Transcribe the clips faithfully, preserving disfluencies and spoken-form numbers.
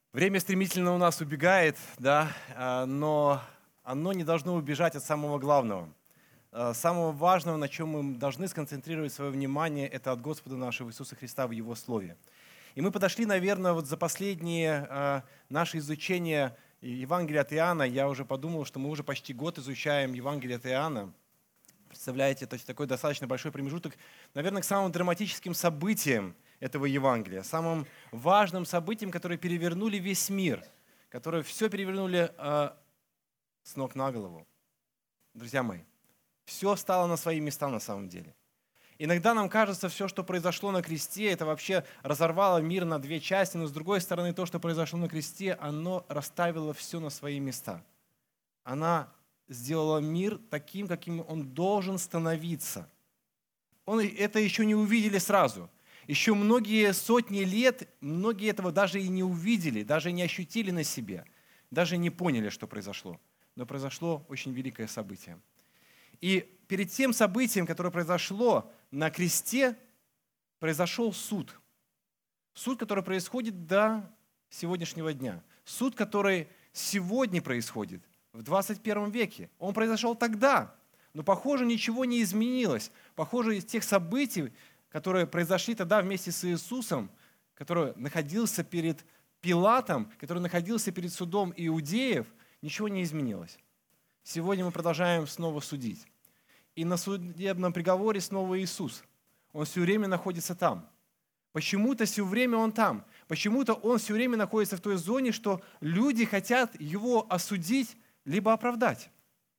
Время стремительно у нас убегает, да, а, но оно не должно убежать от самого главного. А, Самого важного, на чем мы должны сконцентрировать свое внимание, это от Господа нашего Иисуса Христа в Его Слове. И мы подошли, наверное, вот за последнее а, наше изучение Евангелия от Иоанна. Я уже подумал, что мы уже почти год изучаем Евангелие от Иоанна. Представляете, это такой достаточно большой промежуток, наверное, к самым драматическим событиям этого Евангелия, самым важным событиям, которые перевернули весь мир, которые все перевернули э, с ног на голову. Друзья мои, все стало на свои места на самом деле. Иногда нам кажется, все, что произошло на кресте, это вообще разорвало мир на две части, но с другой стороны, то, что произошло на кресте, оно расставило все на свои места. Она сделала мир таким, каким он должен становиться. Он, это еще не увидели сразу. Еще многие сотни лет, многие этого даже и не увидели, даже не ощутили на себе, даже не поняли, что произошло. Но произошло очень великое событие. И перед тем событием, которое произошло на кресте, произошел суд. Суд, который происходит до сегодняшнего дня. Суд, который сегодня происходит, в двадцать первом веке. Он произошел тогда, но, похоже, ничего не изменилось. Похоже, из тех событий, которые произошли тогда вместе с Иисусом, который находился перед Пилатом, который находился перед судом иудеев, ничего не изменилось. Сегодня мы продолжаем снова судить. И на судебном приговоре снова Иисус. Он все время находится там. Почему-то все время Он там. Почему-то Он все время находится в той зоне, что люди хотят Его осудить, либо оправдать.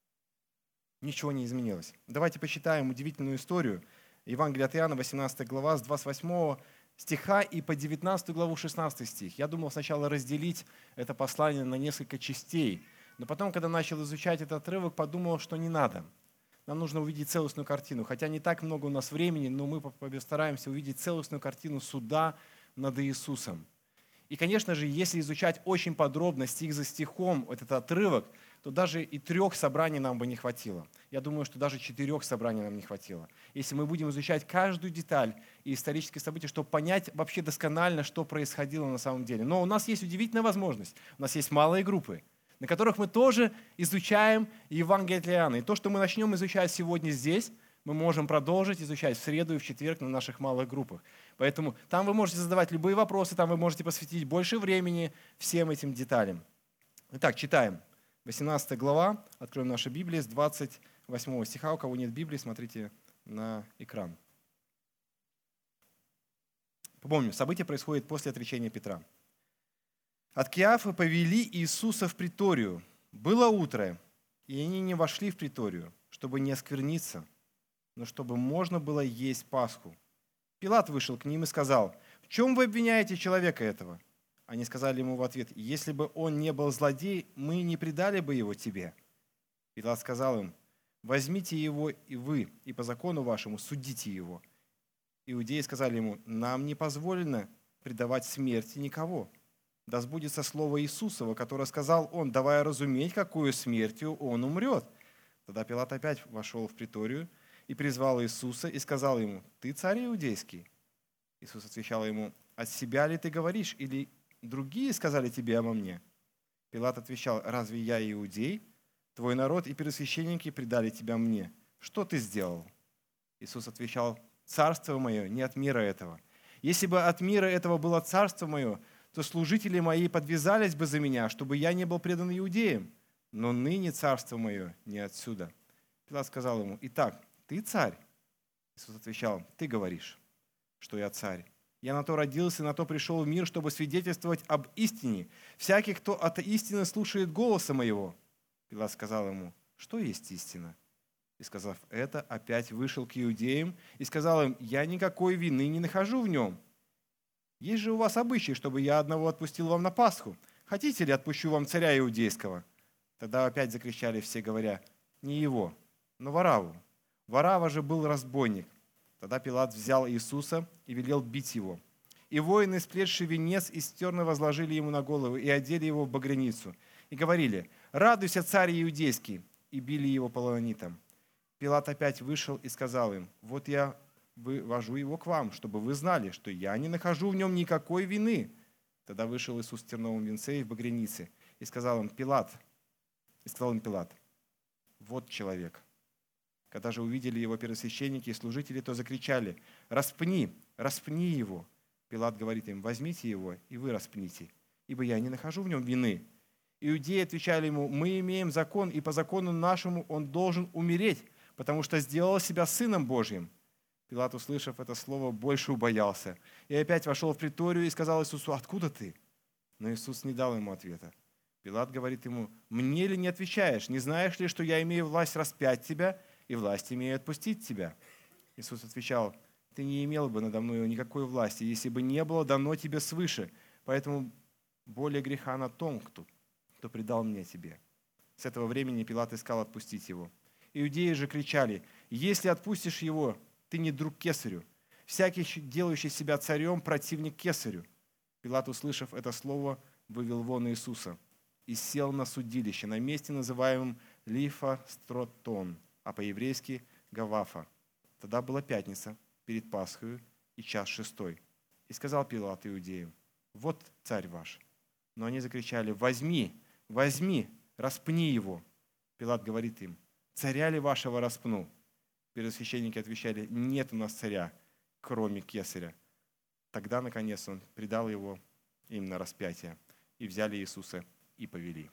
Ничего не изменилось. Давайте почитаем удивительную историю. Евангелие от Иоанна, восемнадцатая глава, с двадцать восьмого стиха и по девятнадцатую главу, шестнадцатый стих. Я думал сначала разделить это послание на несколько частей, но потом, когда начал изучать этот отрывок, подумал, что не надо. Нам нужно увидеть целостную картину. Хотя не так много у нас времени, но мы постараемся увидеть целостную картину суда над Иисусом. И, конечно же, если изучать очень подробно, стих за стихом, этот отрывок, то даже и трех собраний нам бы не хватило. Я думаю, что даже четырех собраний нам не хватило. Если мы будем изучать каждую деталь и исторические события, чтобы понять вообще досконально, что происходило на самом деле. Но у нас есть удивительная возможность. У нас есть малые группы, на которых мы тоже изучаем Евангелие от Иоанна. И то, что мы начнем изучать сегодня здесь, мы можем продолжить изучать в среду и в четверг на наших малых группах. Поэтому там вы можете задавать любые вопросы, там вы можете посвятить больше времени всем этим деталям. Итак, читаем. восемнадцатая глава, откроем наши Библии с двадцать восьмого стиха. У кого нет Библии, смотрите на экран. Помню, событие происходит после отречения Петра. От Киафы повели Иисуса в приторию. Было утро, и они не вошли в приторию, чтобы не оскверниться, но чтобы можно было есть Пасху. Пилат вышел к ним и сказал: «В чем вы обвиняете человека этого?» Они сказали ему в ответ: «Если бы он не был злодей, мы не предали бы его тебе». Пилат сказал им: «Возьмите его и вы, и по закону вашему судите его». Иудеи сказали ему: «Нам не позволено предавать смерти никого. Да сбудется слово Иисусова, которое сказал он, давая разуметь, какую смертью он умрет». Тогда Пилат опять вошел в приторию и призвал Иисуса и сказал ему: «Ты царь иудейский?» Иисус отвечал ему: «От себя ли ты говоришь, или другие сказали тебе обо мне?» Пилат отвечал: «Разве я иудей? Твой народ и первосвященники предали тебя мне. Что ты сделал?» Иисус отвечал: «Царство мое не от мира этого. Если бы от мира этого было царство мое, то служители мои подвязались бы за меня, чтобы я не был предан иудеям. Но ныне царство мое не отсюда». Пилат сказал ему: «Итак, ты царь?» Иисус отвечал: «Ты говоришь, что я царь. Я на то родился, на то пришел в мир, чтобы свидетельствовать об истине. Всякий, кто от истины слушает голоса моего». Пилат сказал ему: «Что есть истина?» И, сказав это, опять вышел к иудеям и сказал им: «Я никакой вины не нахожу в нем. Есть же у вас обычай, чтобы я одного отпустил вам на Пасху. Хотите ли, отпущу вам царя иудейского?» Тогда опять закричали все, говоря: «Не его, но Варавву». Варавва же был разбойник. Тогда Пилат взял Иисуса и велел бить его. И воины, сплетши венец из терна, возложили ему на голову и одели его в багряницу. И говорили: «Радуйся, царь иудейский!» И били его полонитом. Пилат опять вышел и сказал им: «Вот я вывожу его к вам, чтобы вы знали, что я не нахожу в нем никакой вины». Тогда вышел Иисус в терновом венце и в багрянице, и сказал им, Пилат, и сказал им Пилат, вот человек. Когда же увидели его первосвященники и служители, то закричали, распни, распни его. Пилат говорит им, возьмите его, и вы распните, ибо я не нахожу в нем вины. Иудеи отвечали ему, мы имеем закон, и по закону нашему он должен умереть, потому что сделал себя сыном Божьим. Пилат, услышав это слово, больше убоялся. И опять вошел в приторию и сказал Иисусу, откуда ты? Но Иисус не дал ему ответа. Пилат говорит ему, мне ли не отвечаешь? Не знаешь ли, что я имею власть распять тебя, и власть имею отпустить тебя? Иисус отвечал, ты не имел бы надо мною никакой власти, если бы не было дано тебе свыше. Поэтому более греха на том, кто, кто предал мне тебе. С этого времени Пилат искал отпустить его. Иудеи же кричали, если отпустишь его, ты не друг кесарю. Всякий, делающий себя царем, противник кесарю. Пилат, услышав это слово, вывел вон Иисуса и сел на судилище, на месте, называемом Лифа-Стротон, а по-еврейски Гавафа. Тогда была пятница, перед Пасхою, и час шестой. И сказал Пилат иудеям, вот царь ваш. Но они закричали, возьми, возьми, распни его. Пилат говорит им, царя ли вашего распну? Первосвященники отвечали, нет у нас царя, кроме кесаря. Тогда, наконец, он предал его им на распятие, и взяли Иисуса и повели.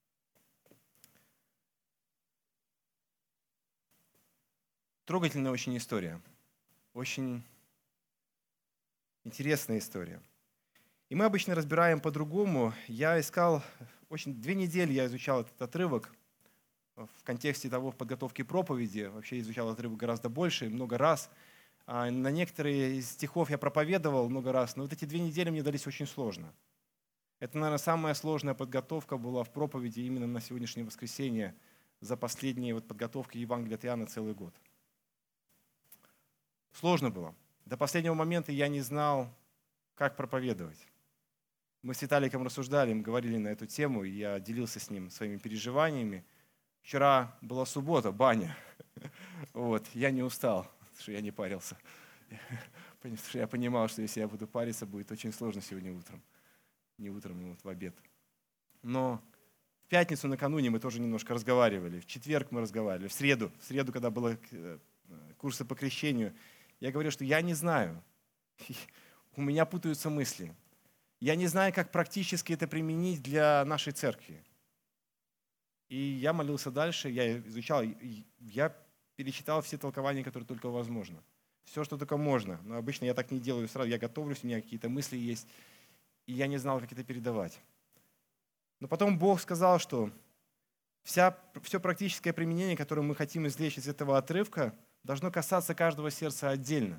Трогательная очень история, очень интересная история. И мы обычно разбираем по-другому. Я искал, очень, две недели я изучал этот отрывок в контексте того, в подготовке проповеди. Вообще изучал отрывок гораздо больше, много раз. На некоторые из стихов я проповедовал много раз, но вот эти две недели мне дались очень сложно. Это, наверное, самая сложная подготовка была в проповеди именно на сегодняшнее воскресенье за последние вот подготовки Евангелия от Иоанна целый год. Сложно было. До последнего момента я не знал, как проповедовать. Мы с Виталиком рассуждали, мы говорили на эту тему, и я делился с ним своими переживаниями. Вчера была суббота, баня. Вот, я не устал, что я не парился. Потому что я понимал, что если я буду париться, будет очень сложно сегодня утром. Не утром, но вот в обед. Но в пятницу накануне мы тоже немножко разговаривали. В четверг мы разговаривали. В среду, в среду, когда было курсы по крещению, я говорил, что я не знаю. У меня путаются мысли. Я не знаю, как практически это применить для нашей церкви. И я молился дальше, я изучал, я перечитал все толкования, которые только возможно. Все, что только можно. Но обычно я так не делаю сразу. Я готовлюсь, у меня какие-то мысли есть. И я не знал, как это передавать. Но потом Бог сказал, что вся, все практическое применение, которое мы хотим извлечь из этого отрывка, должно касаться каждого сердца отдельно.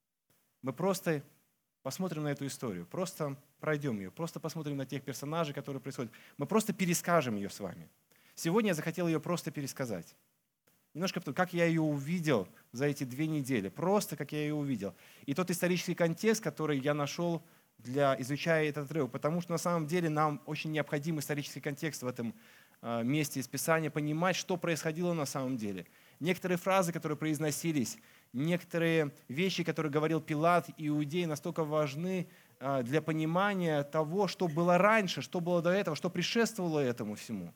Мы просто посмотрим на эту историю, просто пройдем ее, просто посмотрим на тех персонажей, которые происходят. Мы просто перескажем ее с вами. Сегодня я захотел ее просто пересказать. Немножко как я ее увидел за эти две недели, просто как я ее увидел. И тот исторический контекст, который я нашел, для, изучая этот отрывок, потому что на самом деле нам очень необходим исторический контекст в этом э, месте из Писания, понимать, что происходило на самом деле. Некоторые фразы, которые произносились, некоторые вещи, которые говорил Пилат и иудеи, настолько важны э, для понимания того, что было раньше, что было до этого, что предшествовало этому всему.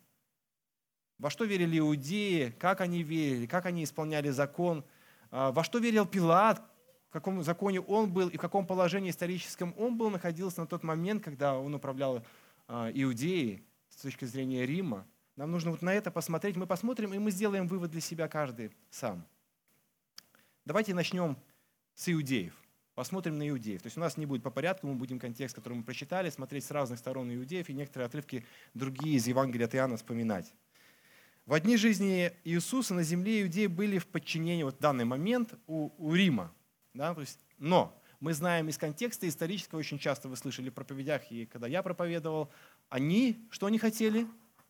Во что верили иудеи, как они верили, как они исполняли закон, э, во что верил Пилат, в каком законе он был и в каком положении историческом он был, находился на тот момент, когда он управлял Иудеей с точки зрения Рима. Нам нужно вот на это посмотреть. Мы посмотрим, и мы сделаем вывод для себя каждый сам. Давайте начнем с иудеев. Посмотрим на иудеев. То есть у нас не будет по порядку, мы будем контекст, который мы прочитали, смотреть с разных сторон иудеев и некоторые отрывки другие из Евангелия от Иоанна вспоминать. В одни жизни Иисуса на земле иудеи были в подчинении вот в данный момент у, у Рима. Да, то есть, но мы знаем из контекста исторического, очень часто вы слышали в проповедях, и когда я проповедовал, они, что они хотели?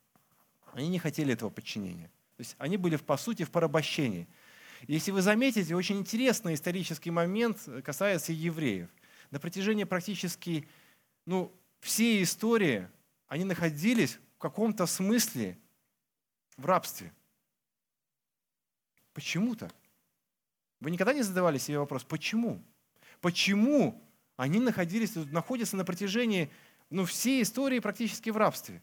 Они не хотели этого подчинения. То есть они были, по сути, в порабощении. Если вы заметите, очень интересный исторический момент касается евреев. На протяжении практически ну, всей истории они находились в каком-то смысле в рабстве. Почему-то. Вы никогда не задавали себе вопрос, почему? Почему они находились, находятся на протяжении ну, все истории практически в рабстве.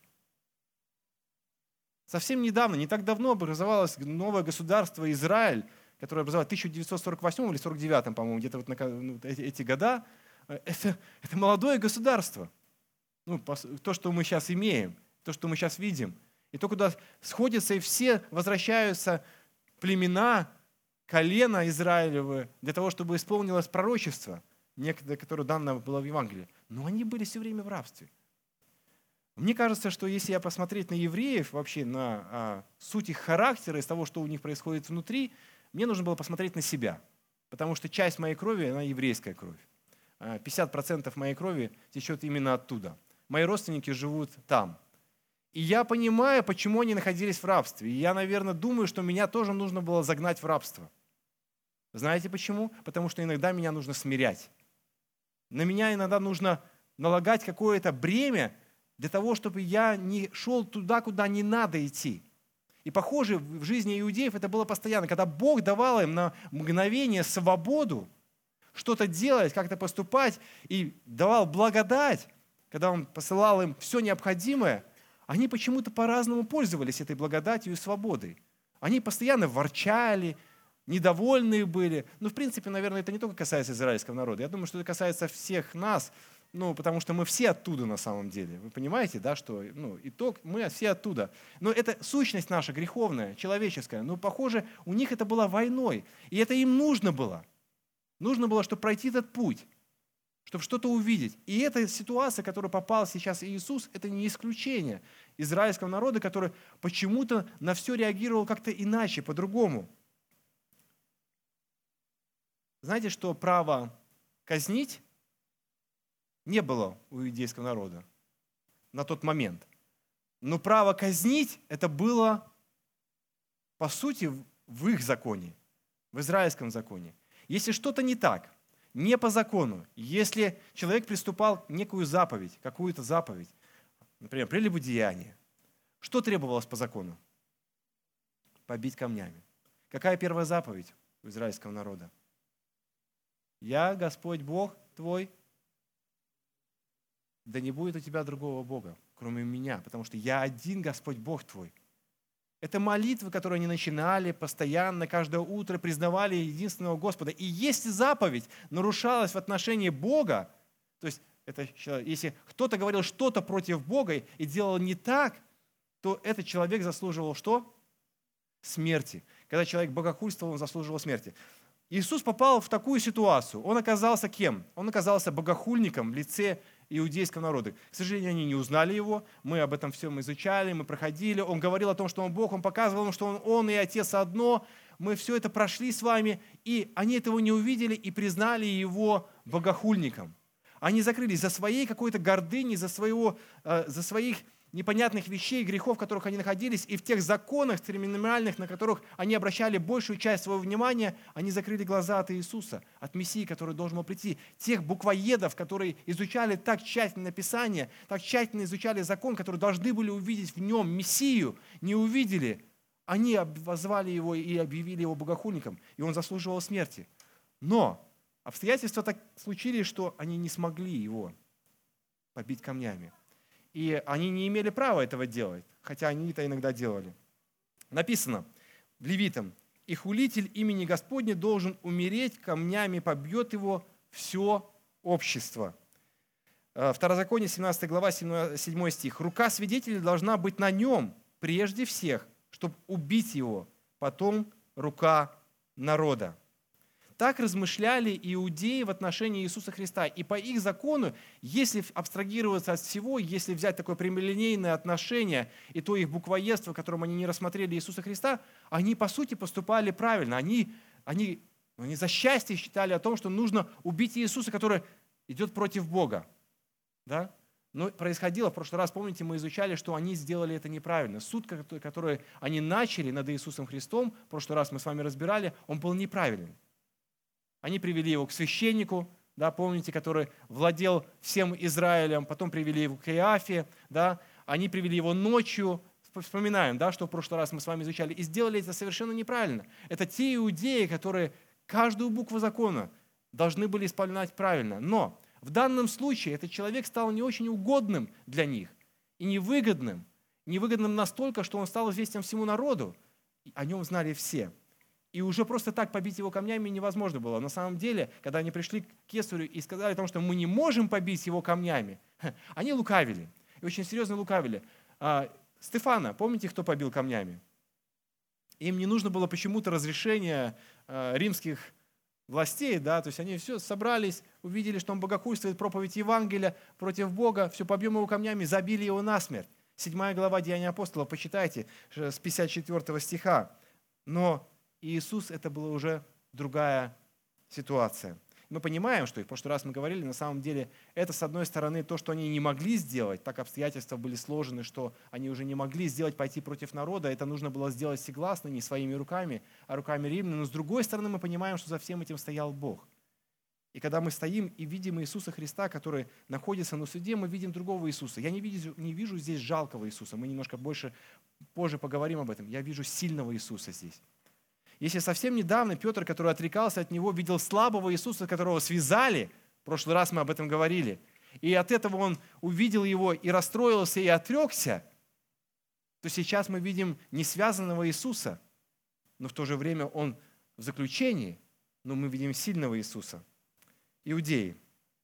Совсем недавно, не так давно образовалось новое государство Израиль, которое образовалось в тысяча девятьсот сорок восьмом или сорок девятом, по-моему, где-то вот на, ну, эти, эти года. Это, это молодое государство. Ну, то, что мы сейчас имеем, то, что мы сейчас видим. И то, куда сходятся, и все возвращаются племена, колена Израилевы, для того, чтобы исполнилось пророчество, некое, которое дано было в Евангелии. Но они были все время в рабстве. Мне кажется, что если я посмотреть на евреев, вообще на а, суть их характера, из того, что у них происходит внутри, мне нужно было посмотреть на себя. Потому что часть моей крови, она еврейская кровь. пятьдесят процентов моей крови течет именно оттуда. Мои родственники живут там. И я понимаю, почему они находились в рабстве. И я, наверное, думаю, что меня тоже нужно было загнать в рабство. Знаете почему? Потому что иногда меня нужно смирять. На меня иногда нужно налагать какое-то бремя для того, чтобы я не шел туда, куда не надо идти. И похоже, в жизни иудеев это было постоянно. Когда Бог давал им на мгновение свободу что-то делать, как-то поступать, и давал благодать, когда Он посылал им все необходимое, они почему-то по-разному пользовались этой благодатью и свободой. Они постоянно ворчали, недовольные были. Ну, в принципе, наверное, это не только касается израильского народа. Я думаю, что это касается всех нас, ну, потому что мы все оттуда на самом деле. Вы понимаете, да, что ну, итог, мы все оттуда. Но это сущность наша греховная, человеческая. Но, похоже, у них это было войной. И это им нужно было. Нужно было, чтобы пройти этот путь, чтобы что-то увидеть. И эта ситуация, в которую попал сейчас Иисус, это не исключение израильского народа, который почему-то на все реагировал как-то иначе, по-другому. Знаете, что право казнить не было у иудейского народа на тот момент. Но право казнить это было, по сути, в их законе, в израильском законе. Если что-то не так, не по закону, если человек приступал некую заповедь, какую-то заповедь, например, прелюбодеяние, что требовалось по закону? Побить камнями. Какая первая заповедь у израильского народа? «Я, Господь Бог твой, да не будет у тебя другого Бога, кроме меня, потому что я один Господь Бог твой». Это молитвы, которые они начинали постоянно, каждое утро признавали единственного Господа. И если заповедь нарушалась в отношении Бога, то есть это, если кто-то говорил что-то против Бога и делал не так, то этот человек заслуживал что? Смерти. Когда человек богохульствовал, он заслуживал смерти. Иисус попал в такую ситуацию. Он оказался кем? Он оказался богохульником в лице иудейского народа. К сожалению, они не узнали его. Мы об этом всем изучали, мы проходили. Он говорил о том, что он Бог, он показывал им, что он, он и Отец одно. Мы все это прошли с вами, и они этого не увидели и признали его богохульником. Они закрылись за своей какой-то гордыней, за, своего, э, за своих непонятных вещей, грехов, в которых они находились, и в тех законах церемониальных, на которых они обращали большую часть своего внимания, они закрыли глаза от Иисуса, от Мессии, который должен был прийти. Тех буквоедов, которые изучали так тщательно Писание, так тщательно изучали закон, которые должны были увидеть в нем Мессию, не увидели. Они обозвали его и объявили его богохульником, и он заслуживал смерти. Но обстоятельства так случились, что они не смогли его побить камнями. И они не имели права этого делать, хотя они это иногда делали. Написано в Левитам: «И хулитель имени Господня должен умереть, камнями побьет его все общество». Второзаконие, семнадцатая глава, седьмой стих. «Рука свидетеля должна быть на нем прежде всех, чтобы убить его, потом рука народа». Так размышляли иудеи в отношении Иисуса Христа. И по их закону, если абстрагироваться от всего, если взять такое прямолинейное отношение и то их буквоедство, в котором они не рассмотрели Иисуса Христа, они по сути поступали правильно. Они, они, они за счастье считали о том, что нужно убить Иисуса, который идет против Бога. Да? Но происходило, в прошлый раз, помните, мы изучали, что они сделали это неправильно. Суд, который они начали над Иисусом Христом, в прошлый раз мы с вами разбирали, он был неправильный. Они привели его к священнику, да, помните, который владел всем Израилем, потом привели его к Каиафе, да, они привели его ночью, вспоминаем, да, что в прошлый раз мы с вами изучали, и сделали это совершенно неправильно. Это те иудеи, которые каждую букву закона должны были исполнять правильно, но В данном случае этот человек стал не очень угодным для них и невыгодным. Невыгодным настолько, что он стал известен всему народу. О нем знали все. И уже просто так побить его камнями невозможно было. На самом деле, когда они пришли к кесарю и сказали о том, что мы не можем побить его камнями, они лукавили. И очень серьезно лукавили. А, Стефана, помните, кто побил камнями? Им не нужно было почему-то разрешения а, римских властей, да, то есть они все собрались, увидели, что он богохульствует, проповедь Евангелия против Бога, все, побьем его камнями, забили его насмерть. Седьмая глава Деяния апостолов, почитайте, с пятьдесят четвёртого стиха. Но Иисус — это была уже другая ситуация. Мы понимаем, что и в прошлый раз мы говорили, на самом деле, это, с одной стороны, то, что они не могли сделать, так обстоятельства были сложены, что они уже не могли сделать, пойти против народа, это нужно было сделать всегласно, не своими руками, а руками римлян. Но с другой стороны, мы понимаем, что за всем этим стоял Бог. И когда мы стоим и видим Иисуса Христа, который находится на суде, мы видим другого Иисуса. Я не вижу, не вижу здесь жалкого Иисуса, мы немножко больше, позже поговорим об этом. Я вижу сильного Иисуса здесь. Если совсем недавно Петр, который отрекался от него, видел слабого Иисуса, которого связали, в прошлый раз мы об этом говорили, и от этого он увидел его и расстроился, и отрекся, то сейчас мы видим не связанного Иисуса, но в то же время он в заключении, но мы видим сильного Иисуса. Иудеи.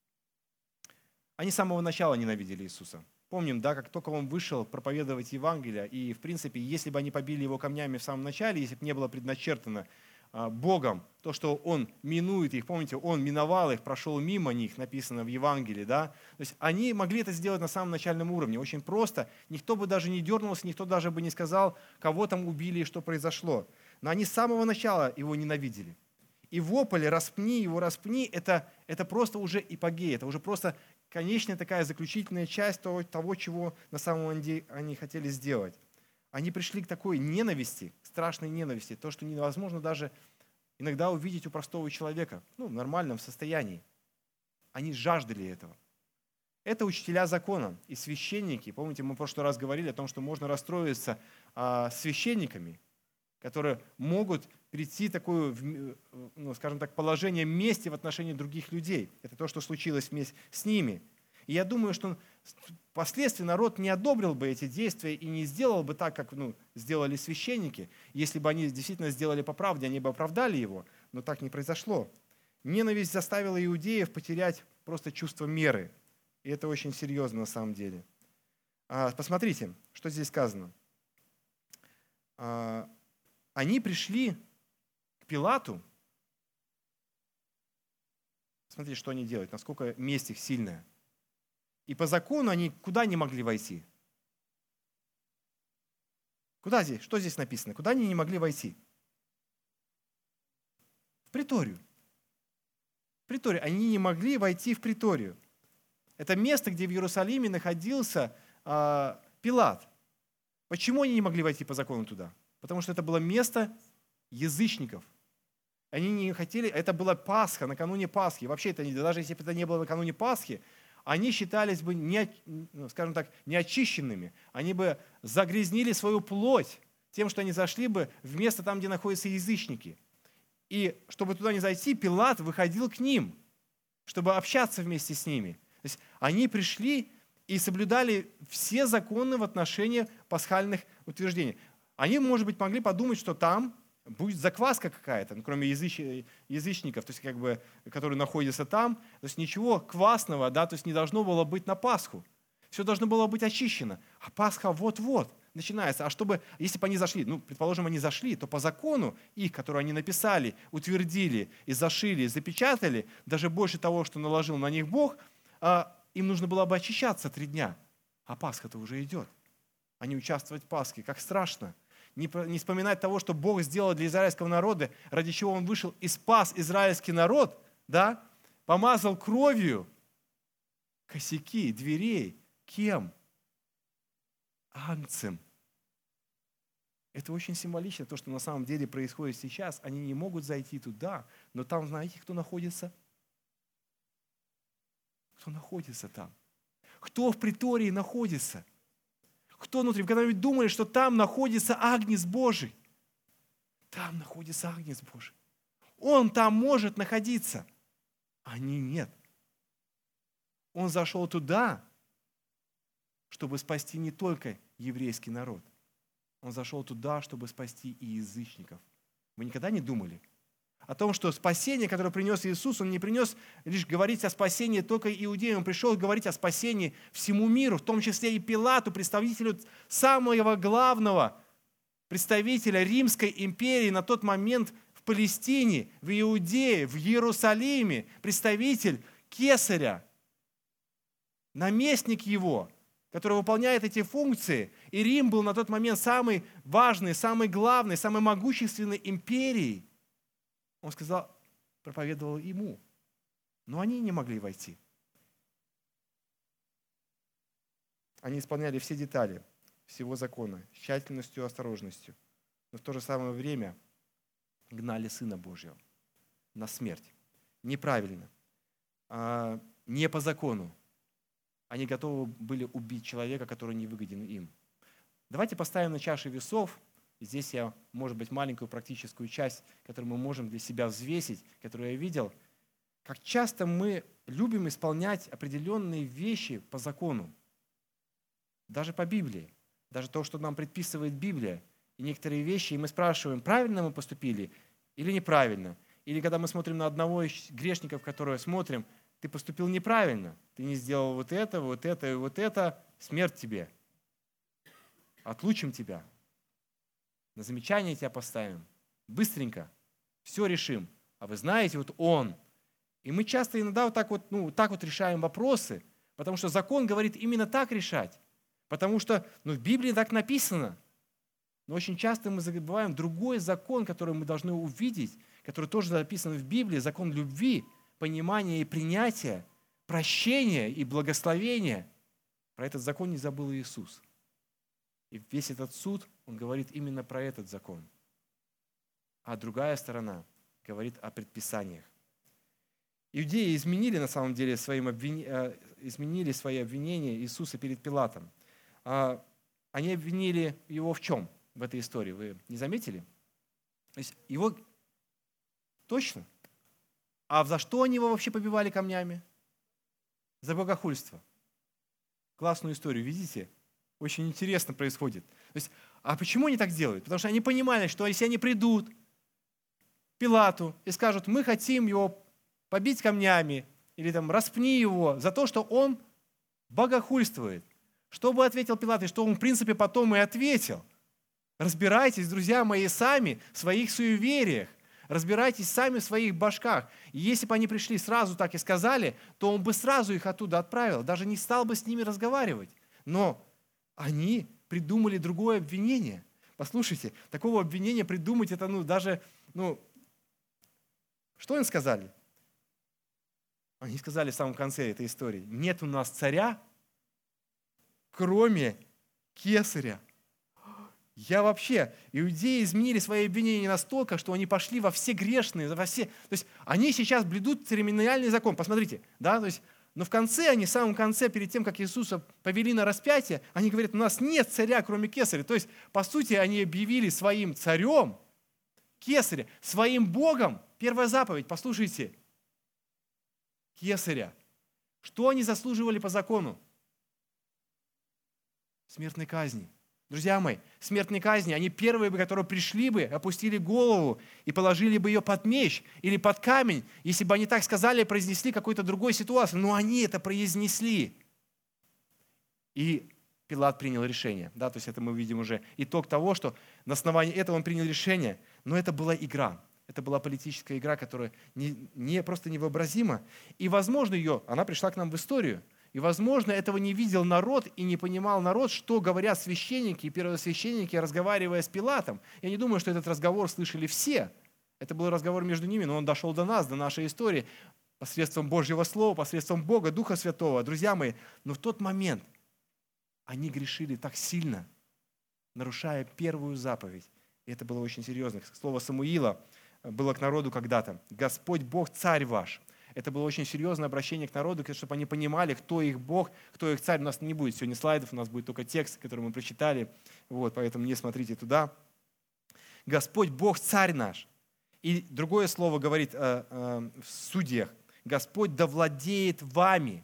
Они с самого начала ненавидели Иисуса. Помним, да, как только он вышел проповедовать Евангелие, и, в принципе, если бы они побили его камнями в самом начале, если бы не было предначертано а, Богом то, что он минует их, помните, он миновал их, прошел мимо них, написано в Евангелии, да, то есть они могли это сделать на самом начальном уровне, очень просто, никто бы даже не дернулся, никто даже бы не сказал, кого там убили и что произошло, но они с самого начала его ненавидели. И вопль «распни его, распни» это, – это просто уже эпогея, это уже просто конечная такая заключительная часть того, того, чего на самом деле они хотели сделать. Они пришли к такой ненависти, страшной ненависти, то, что невозможно даже иногда увидеть у простого человека, ну, в нормальном состоянии. Они жаждали этого. Это учителя закона и священники. Помните, мы в прошлый раз говорили о том, что можно расстроиться а, священниками, которые могут прийти в такое, ну, скажем так, положение мести в отношении других людей. Это то, что случилось вместе с ними. И я думаю, что впоследствии народ не одобрил бы эти действия и не сделал бы так, как ну, сделали священники. Если бы они действительно сделали по правде, они бы оправдали его, но так не произошло. Ненависть заставила иудеев потерять просто чувство меры. И это очень серьезно на самом деле. Посмотрите, что здесь сказано. Они пришли к Пилату. Смотрите, что они делают, насколько месть их сильная. И по закону они куда не могли войти? Куда здесь? Что здесь написано? Куда они не могли войти? В приторию. В приторию. Они не могли войти в приторию. Это место, где в Иерусалиме находился э, Пилат. Почему они не могли войти по закону туда? Потому что это было место язычников. Они не хотели, это была Пасха, накануне Пасхи. Вообще, это, даже если бы это не было накануне Пасхи, они считались бы, не, скажем так, неочищенными. Они бы загрязнили свою плоть тем, что они зашли бы в место там, где находятся язычники. И чтобы туда не зайти, Пилат выходил к ним, чтобы общаться вместе с ними. То есть они пришли и соблюдали все законы в отношении пасхальных утверждений. Они, может быть, могли подумать, что там будет закваска какая-то, ну, кроме языч... язычников, то есть, как бы, которые находятся там. То есть ничего квасного, да, то есть не должно было быть на Пасху. Все должно было быть очищено. А Пасха вот-вот начинается. А чтобы, если бы они зашли, ну, предположим, они зашли, то по закону их, который они написали, утвердили и зашили, и запечатали, даже больше того, что наложил на них Бог, им нужно было бы очищаться три дня. А Пасха-то уже идет. А не участвовать в Пасхе. Как страшно. Не, не вспоминать того, что Бог сделал для израильского народа, ради чего Он вышел и спас израильский народ, да? Помазал кровью косяки дверей. Кем? Агнцем. Это очень символично, то, что на самом деле происходит сейчас. Они не могут зайти туда, но там, знаете, кто находится? Кто находится там? Кто в притории находится? Кто внутри? Вы когда-нибудь думали, что там находится Агнец Божий? Там находится Агнец Божий. Он там может находиться. Они нет. Он зашел туда, чтобы спасти не только еврейский народ. Он зашел туда, чтобы спасти и язычников. Вы никогда не думали о том, что спасение, которое принес Иисус, Он не принес лишь говорить о спасении только иудеям, Он пришел говорить о спасении всему миру, в том числе и Пилату, представителю самого главного представителя Римской империи на тот момент в Палестине, в Иудее, в Иерусалиме, представитель Кесаря, наместник его, который выполняет эти функции. И Рим был на тот момент самой важной, самой главной, самой могущественной империей. Он сказал, проповедовал ему. Но они не могли войти. Они исполняли все детали всего закона с тщательностью и осторожностью. Но в то же самое время гнали Сына Божьего на смерть. Неправильно. Не по закону. Они готовы были убить человека, который не выгоден им. Давайте поставим на чаши весов. Здесь я, может быть, маленькую практическую часть, которую мы можем для себя взвесить, которую я видел. Как часто мы любим исполнять определенные вещи по закону. Даже по Библии. Даже то, что нам предписывает Библия. И некоторые вещи, и мы спрашиваем, правильно мы поступили или неправильно. Или когда мы смотрим на одного из грешников, которого смотрим, ты поступил неправильно, ты не сделал вот это, вот это и вот это, смерть тебе. Отлучим тебя. На замечание тебя поставим. Быстренько. Все решим. А вы знаете, вот он. И мы часто иногда вот так вот, ну, так вот решаем вопросы, потому что закон говорит именно так решать. Потому что ну, в Библии так написано. Но очень часто мы забываем другой закон, который мы должны увидеть, который тоже записан в Библии, закон любви, понимания и принятия, прощения и благословения. Про этот закон не забыл Иисус. И весь этот суд, он говорит именно про этот закон. А другая сторона говорит о предписаниях. Иудеи изменили на самом деле своим обвин... изменили свои обвинения Иисуса перед Пилатом. Они обвинили его в чем в этой истории? Вы не заметили? То есть его точно. А за что они его вообще побивали камнями? За богохульство. Классную историю, видите? Очень интересно происходит. То есть, а почему они так делают? Потому что они понимали, что если они придут к Пилату и скажут, мы хотим его побить камнями, или там распни его за то, что он богохульствует. Что бы ответил Пилат, и что он в принципе потом и ответил? Разбирайтесь, друзья мои, сами в своих суевериях. Разбирайтесь сами в своих башках. И если бы они пришли сразу так и сказали, то он бы сразу их оттуда отправил, даже не стал бы с ними разговаривать. Но они придумали другое обвинение. Послушайте, такого обвинения придумать, это ну даже, ну, что им сказали? Они сказали в самом конце этой истории, нет у нас царя, кроме Кесаря. Я вообще, иудеи изменили свои обвинения настолько, что они пошли во все грешные, во все, то есть они сейчас блюдут церемониальный закон, посмотрите, да, то есть, но в конце, они в самом конце, перед тем, как Иисуса повели на распятие, они говорят, у нас нет царя, кроме Кесаря, то есть, по сути, они объявили своим царем Кесаря, своим Богом, первая заповедь, послушайте, Кесаря. Что они заслуживали по закону? Смертной казни. Друзья мои, смертной казни, они первые, которые пришли бы, опустили голову и положили бы ее под меч или под камень, если бы они так сказали и произнесли какую-то другую ситуацию. Но они это произнесли. И Пилат принял решение. Да, то есть это мы видим уже итог того, что на основании этого он принял решение. Но это была игра. Это была политическая игра, которая не, не, просто невообразима. И, возможно, ее, она пришла к нам в историю. И, возможно, этого не видел народ и не понимал народ, что говорят священники и первосвященники, разговаривая с Пилатом. Я не думаю, что этот разговор слышали все. Это был разговор между ними, но он дошел до нас, до нашей истории, посредством Божьего Слова, посредством Бога, Духа Святого. Друзья мои, но в тот момент они грешили так сильно, нарушая первую заповедь. И это было очень серьезно. Слово Самуила было к народу когда-то. «Господь Бог, царь ваш». Это было очень серьезное обращение к народу, чтобы они понимали, кто их Бог, кто их царь. У нас не будет сегодня слайдов, у нас будет только текст, который мы прочитали. Вот, поэтому не смотрите туда. Господь Бог, царь наш. И другое слово говорит э, э, в судьях. Господь да владеет вами.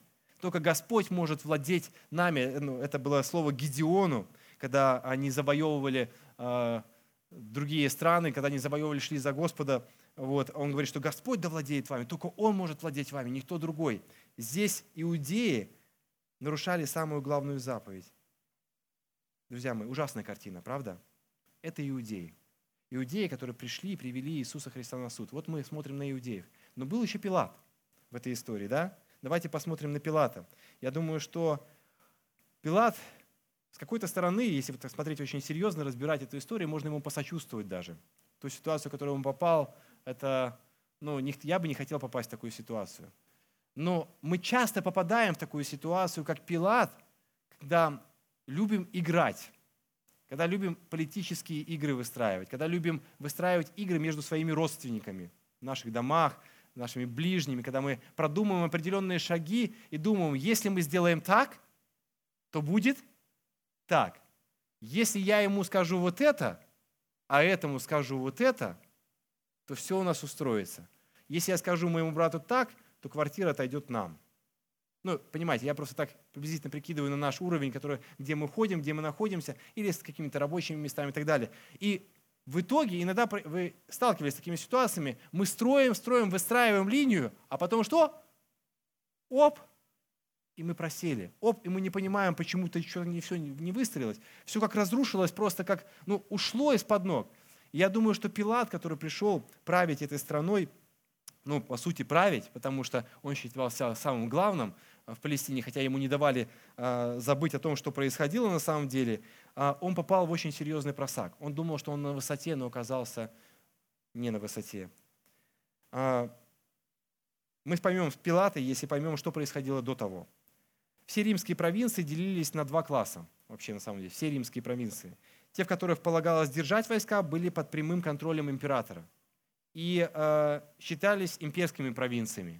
Только Господь может владеть нами. Ну, это было слово Гидеону, когда они завоевывали э, другие страны, когда они завоевывали, шли за Господа. Вот, он говорит, что Господь да владеет вами, только Он может владеть вами, никто другой. Здесь иудеи нарушали самую главную заповедь. Друзья мои, ужасная картина, правда? Это иудеи. Иудеи, которые пришли и привели Иисуса Христа на суд. Вот мы смотрим на иудеев. Но был еще Пилат в этой истории, да? Давайте посмотрим на Пилата. Я думаю, что Пилат, с какой-то стороны, если вот смотреть очень серьезно, разбирать эту историю, можно ему посочувствовать даже. Ту ситуацию, в которую он попал, это, ну, я бы не хотел попасть в такую ситуацию. Но мы часто попадаем в такую ситуацию, как Пилат, когда любим играть, когда любим политические игры выстраивать, когда любим выстраивать игры между своими родственниками в наших домах, нашими ближними, когда мы продумываем определенные шаги и думаем, если мы сделаем так, то будет так. Если я ему скажу вот это, а этому скажу вот это, то все у нас устроится. Если я скажу моему брату так, то квартира отойдет нам. Ну, понимаете, я просто так приблизительно прикидываю на наш уровень, который, где мы ходим, где мы находимся, или с какими-то рабочими местами и так далее. И в итоге иногда вы сталкивались с такими ситуациями, мы строим, строим, выстраиваем линию, а потом что? Оп! И мы просели. Оп! И мы не понимаем, почему-то еще не все не выстроилось. Все как разрушилось, просто как ну, ушло из-под ног. И я думаю, что Пилат, который пришел править этой страной, ну, по сути, править, потому что он считался самым главным в Палестине, хотя ему не давали э, забыть о том, что происходило на самом деле, э, он попал в очень серьезный просак. Он думал, что он на высоте, но оказался не на высоте. Э, мы поймем с Пилата, если поймем, что происходило до того. Все римские провинции делились на два класса, вообще на самом деле, все римские провинции. Те, в которых полагалось держать войска, были под прямым контролем императора и э, считались имперскими провинциями.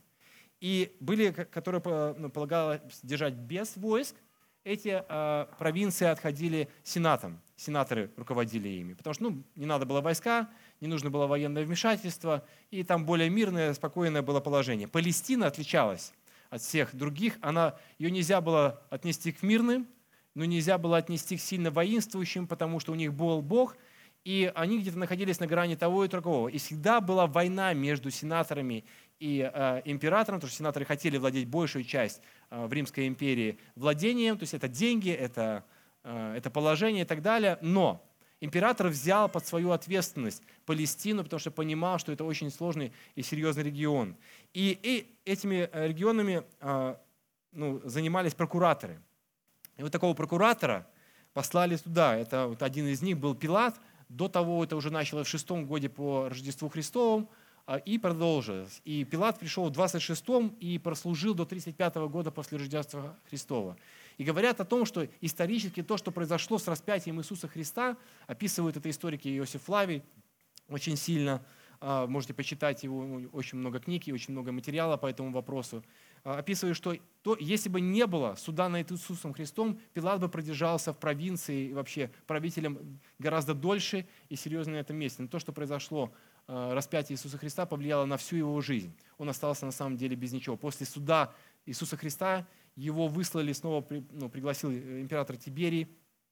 И были, которые ну, полагалось держать без войск, эти э, провинции отходили сенатам, сенаторы руководили ими, потому что ну, не надо было войска, не нужно было военное вмешательство, и там более мирное, спокойное было положение. Палестина отличалась от всех других, она, ее нельзя было отнести к мирным, но нельзя было отнести к сильно воинствующим, потому что у них был Бог, и они где-то находились на грани того и другого. И всегда была война между сенаторами и э, императором, потому что сенаторы хотели владеть большую часть э, в Римской империи владением, то есть это деньги, это, э, это положение и так далее. Но император взял под свою ответственность Палестину, потому что понимал, что это очень сложный и серьезный регион. И, и этими регионами э, ну, занимались прокураторы. И вот такого прокуратора послали туда. Это вот один из них был Пилат. До того это уже началось в шестом годе по Рождеству Христовому и продолжилось. И Пилат пришел в двадцать шестом и прослужил до тридцать пятого года после Рождества Христова. И говорят о том, что исторически то, что произошло с распятием Иисуса Христа, описывают это историки Иосиф Флавий очень сильно. Можете почитать его, очень много книг и очень много материала по этому вопросу. Описывает, что то, если бы не было суда над Иисусом Христом, Пилат бы продержался в провинции и вообще правителем гораздо дольше и серьезно на этом месте. Но то, что произошло, распятие Иисуса Христа повлияло на всю его жизнь. Он остался на самом деле без ничего. После суда Иисуса Христа его выслали снова, ну, пригласил император Тиберий,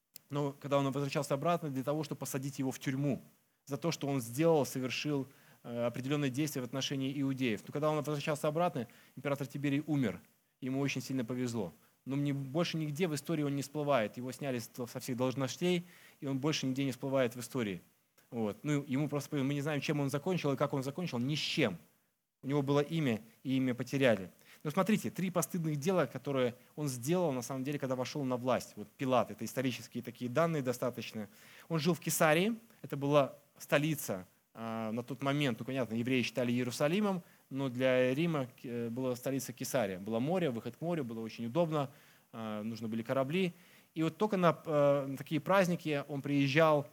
но когда он возвращался обратно, для того, чтобы посадить его в тюрьму за то, что он сделал, совершил определенные действия в отношении иудеев. Но когда он возвращался обратно, император Тиберий умер. Ему очень сильно повезло. Но мне больше нигде в истории он не всплывает. Его сняли со всех должностей, и он больше нигде не всплывает в истории. Вот. Ну, ему просто мы не знаем, чем он закончил и как он закончил. Ни с чем. У него было имя, и имя потеряли. Но смотрите, три постыдных дела, которые он сделал, на самом деле, когда вошел на власть. Вот Пилат, это исторические такие данные достаточно. Он жил в Кесарии, это была столица на тот момент, ну, понятно, евреи считали Иерусалимом, но для Рима была столица Кесария. Было море, выход к морю, было очень удобно, нужны были корабли. И вот только на такие праздники он приезжал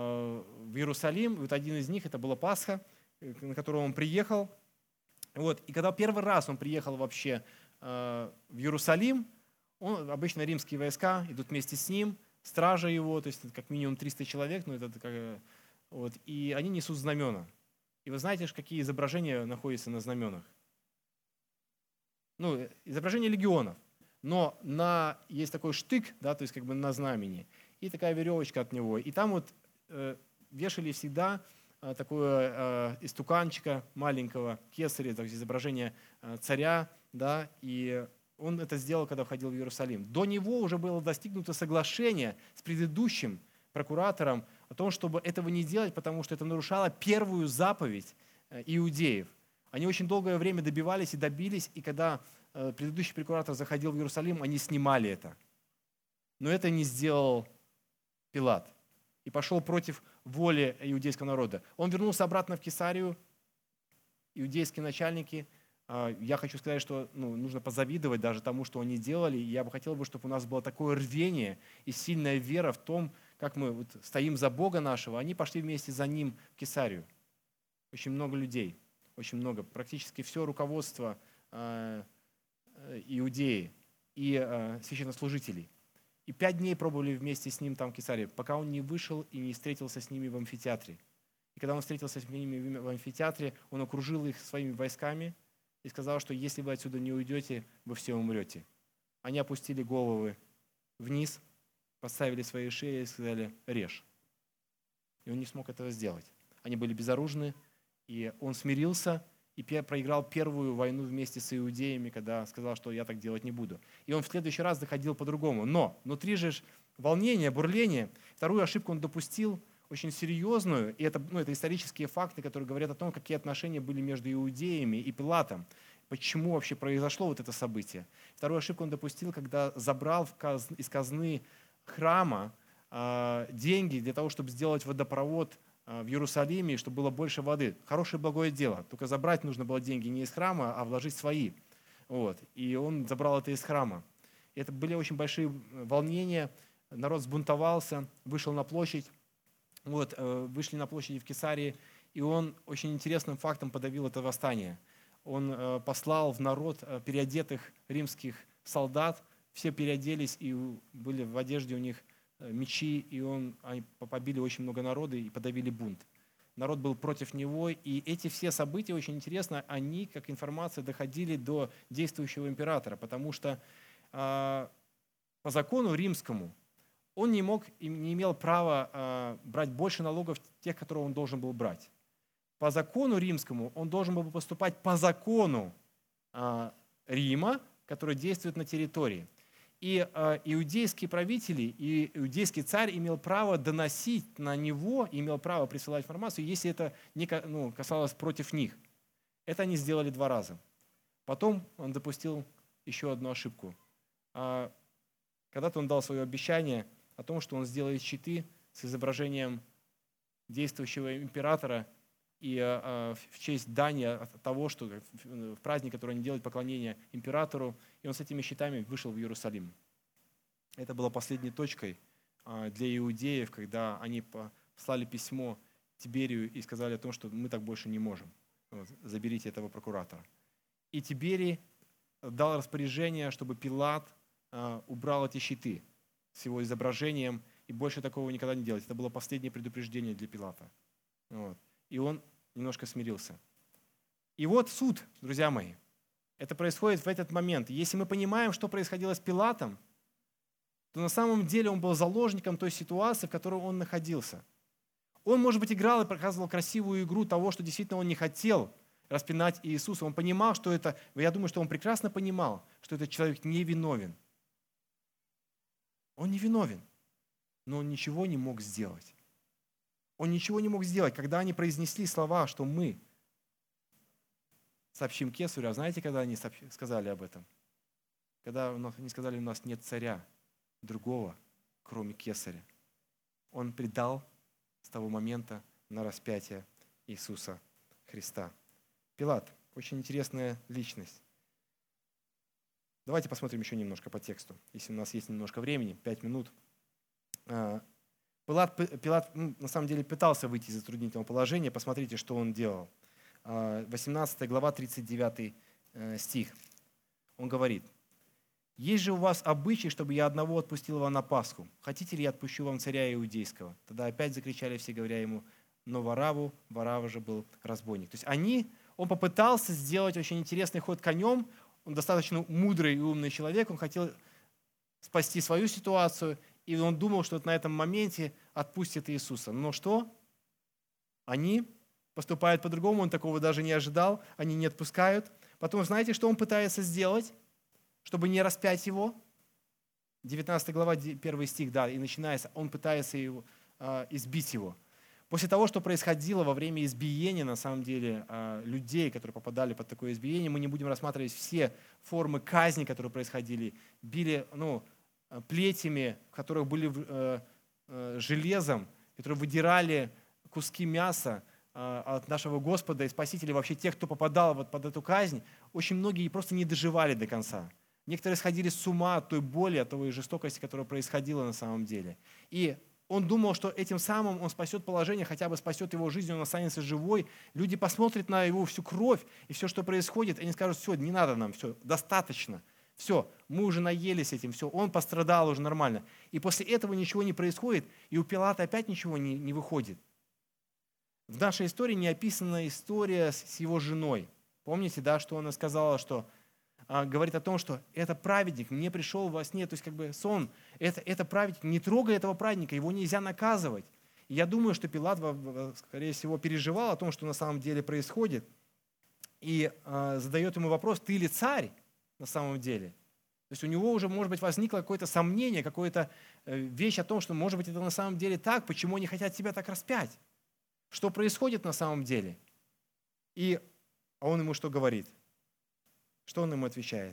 в Иерусалим. И вот один из них, это была Пасха, на которую он приехал. Вот. И когда первый раз он приехал вообще в Иерусалим, он, обычно римские войска идут вместе с ним, стража его, то есть как минимум триста человек, но это как... Вот, и они несут знамена. И вы знаете, какие изображения находятся на знаменах? Ну, изображения легионов. но на, есть такой штык, да, то есть как бы на знамени, и такая веревочка от него. И там вот э, вешали всегда э, такое э, истуканчика маленького, кесаря, то есть изображение э, царя, да, и он это сделал, когда входил в Иерусалим. До него уже было достигнуто соглашение с предыдущим прокуратором о том, чтобы этого не делать, потому что это нарушало первую заповедь э, иудеев. Они очень долгое время добивались и добились, и когда э, предыдущий прокуратор заходил в Иерусалим, они снимали это. Но это не сделал Пилат и пошел против воли иудейского народа. Он вернулся обратно в Кесарию, иудейские начальники. э, Я хочу сказать, что ну, нужно позавидовать даже тому, что они делали. И я бы хотел, бы, чтобы у нас было такое рвение и сильная вера в том, как мы вот стоим за Бога нашего. Они пошли вместе за Ним в Кесарию. Очень много людей. Очень много, практически все руководство э, Иудеи и э, священнослужителей. И пять дней пробовали вместе с ним там в Кесарии, пока он не вышел и не встретился с ними в амфитеатре. И когда он встретился с ними в амфитеатре, он окружил их своими войсками и сказал, что если вы отсюда не уйдете, вы все умрете. Они опустили головы вниз, поставили свои шеи и сказали: режь. И он не смог этого сделать. Они были безоружны, и он смирился и проиграл первую войну вместе с иудеями, когда сказал, что я так делать не буду. И он в следующий раз доходил по-другому. Но внутри же волнение, бурление. Вторую ошибку он допустил, очень серьезную, и это, ну, это исторические факты, которые говорят о том, какие отношения были между иудеями и Пилатом. Почему вообще произошло вот это событие. Вторую ошибку он допустил, когда забрал из казны храма э, деньги для того, чтобы сделать водопровод в Иерусалиме, чтобы было больше воды. Хорошее благое дело. Только забрать нужно было деньги не из храма, а вложить свои. Вот. И он забрал это из храма. И это были очень большие волнения. Народ сбунтовался, вышел на площадь. Вот. Вышли на площади в Кесарии, и он очень интересным фактом подавил это восстание. Он послал в народ переодетых римских солдат. Все переоделись и были в одежде у них мечи, и он, они побили очень много народа и подавили бунт. Народ был против него, и эти все события, очень интересно, они, как информация, доходили до действующего императора, потому что э, по закону римскому он не мог, не имел права э, брать больше налогов тех, которые он должен был брать. По закону римскому он должен был поступать по закону э, Рима, который действует на территории. И э, иудейские правители, и иудейский царь имел право доносить на него, имел право присылать информацию, если это не ну, касалось против них. Это они сделали два раза. Потом он допустил еще одну ошибку. А, когда-то он дал свое обещание о том, что он сделает щиты с изображением действующего императора и а, в честь дани от того, что в праздник, который они делают, поклонение императору, и он с этими щитами вышел в Иерусалим. Это было последней точкой а, для иудеев, когда они послали письмо Тиберию и сказали о том, что мы так больше не можем. Вот, заберите этого прокуратора. И Тиберий дал распоряжение, чтобы Пилат а, убрал эти щиты с его изображением, и больше такого никогда не делать. Это было последнее предупреждение для Пилата. Вот. И он немножко смирился. И вот суд, друзья мои. Это происходит в этот момент. Если мы понимаем, что происходило с Пилатом, то на самом деле он был заложником той ситуации, в которой он находился. Он, может быть, играл и показывал красивую игру того, что действительно он не хотел распинать Иисуса. Он понимал, что это, я думаю, что он прекрасно понимал, что этот человек не виновен. Он не виновен, но он ничего не мог сделать. Он ничего не мог сделать, когда они произнесли слова, что мы сообщим Кесарю. А знаете, когда они сказали об этом? Когда они сказали, у нас нет царя другого, кроме Кесаря. Он предал с того момента на распятие Иисуса Христа. Пилат – очень интересная личность. Давайте посмотрим еще немножко по тексту, если у нас есть немножко времени, пять минут. Пилат, Пилат ну, на самом деле пытался выйти из затруднительного положения. Посмотрите, что он делал. восемнадцатая глава, тридцать девятый стих. Он говорит: «Есть же у вас обычай, чтобы я одного отпустил вам на Пасху. Хотите ли я отпущу вам царя иудейского?» Тогда опять закричали все, говоря ему: «Но Варавву, Варавва же был разбойник». То есть они, он попытался сделать очень интересный ход конем. он достаточно мудрый и умный человек, он хотел спасти свою ситуацию, и он думал, что на этом моменте отпустит Иисуса. Но что? Они поступают по-другому, он такого даже не ожидал, они не отпускают. Потом, знаете, что он пытается сделать, чтобы не распять его? девятнадцатая глава, первый стих, да, и начинается, он пытается его, э, избить его. После того, что происходило во время избиения, на самом деле, э, людей, которые попадали под такое избиение, мы не будем рассматривать все формы казни, которые происходили. Били, ну, плетями, в которых были э, э, железом, которые выдирали куски мяса э, от нашего Господа и Спасителя. Вообще тех, кто попадал вот под эту казнь, очень многие просто не доживали до конца. Некоторые сходили с ума от той боли, от той жестокости, которая происходила на самом деле. И он думал, что этим самым он спасет положение, хотя бы спасет его жизнь, он останется живой. Люди посмотрят на его всю кровь и все, что происходит, и они скажут: все, не надо нам, все, достаточно. Все, мы уже наелись этим, все, он пострадал уже нормально. И после этого ничего не происходит, и у Пилата опять ничего не, не выходит. В нашей истории не описана история с его женой. Помните, да, что она сказала, что говорит о том, что это праведник, мне пришел во сне, то есть как бы сон, это, это праведник, не трогай этого праведника, его нельзя наказывать. И я думаю, что Пилат, скорее всего, переживал о том, что на самом деле происходит, и э, задает ему вопрос: ты ли царь на самом деле? То есть у него уже, может быть, возникло какое-то сомнение, какая-то э, вещь о том, что, может быть, это на самом деле так, почему они хотят тебя так распять? Что происходит на самом деле? И а он ему что говорит? Что он ему отвечает?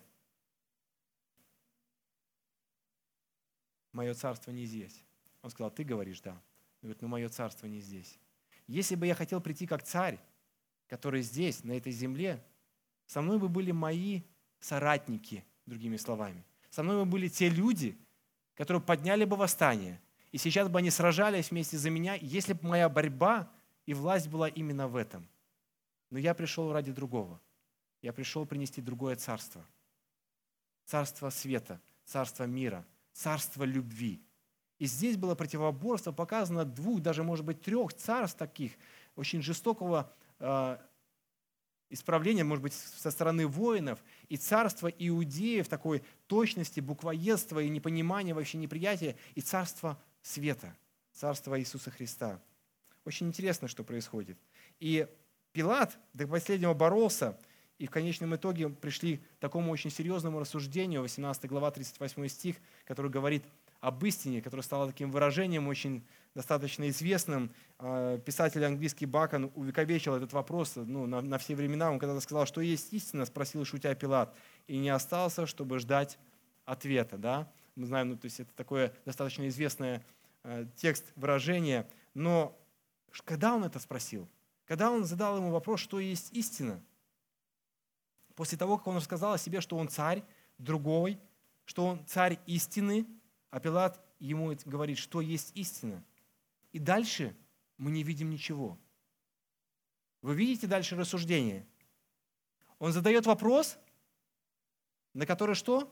Мое царство не здесь. Он сказал: ты говоришь, да. Он говорит: но мое царство не здесь. Если бы я хотел прийти как царь, который здесь, на этой земле, со мной бы были мои соратники, другими словами. Со мной бы были те люди, которые подняли бы восстание. И сейчас бы они сражались вместе за меня, если бы моя борьба и власть была именно в этом. Но я пришел ради другого. Я пришел принести другое царство. Царство света, царство мира, царство любви. И здесь было противоборство, показано двух, даже, может быть, трех царств таких, очень жестокого э, исправления, может быть, со стороны воинов, и царство иудеев, такой точности, буквоедства и непонимания, вообще неприятия, и царство света, царство Иисуса Христа. Очень интересно, что происходит. И Пилат до последнего боролся, и в конечном итоге пришли к такому очень серьезному рассуждению, восемнадцатая глава, тридцать восьмой стих, который говорит об истине, которое стало таким выражением очень достаточно известным. Писатель английский Бакон увековечил этот вопрос ну, на, на все времена. Он когда-то сказал: что есть истина, спросил шутя Пилат, и не остался, чтобы ждать ответа. Да? Мы знаем, ну, то есть это такое достаточно известное э, текст, выражение. Но когда он это спросил? Когда он задал ему вопрос, что есть истина? После того, как он рассказал о себе, что он царь другой, что он царь истины, а Пилат ему говорит, что есть истина. И дальше мы не видим ничего. Вы видите дальше рассуждение? Он задает вопрос, на который что?